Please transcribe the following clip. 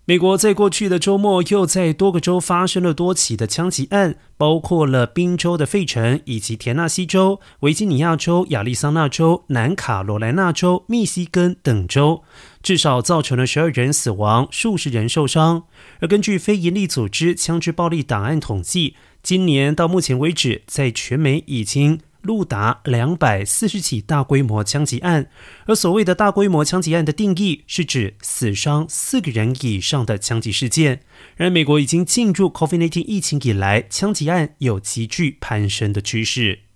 美国在过去的周末又在多个州发生了多起的枪击案，包括了宾州的费城以及田纳西州、维吉尼亚州、亚利桑那州、南卡罗来纳州、密西根等州，至少造成了12人死亡，数十人受伤。而根据非营利组织枪支暴力档案统计，今年到目前为止，在全美已经录达240起大规模枪击案，而所谓的大规模枪击案的定义是指死伤4个人以上的枪击事件。然而美国已经进入 COVID-19 疫情以来，枪击案有急剧攀升的趋势。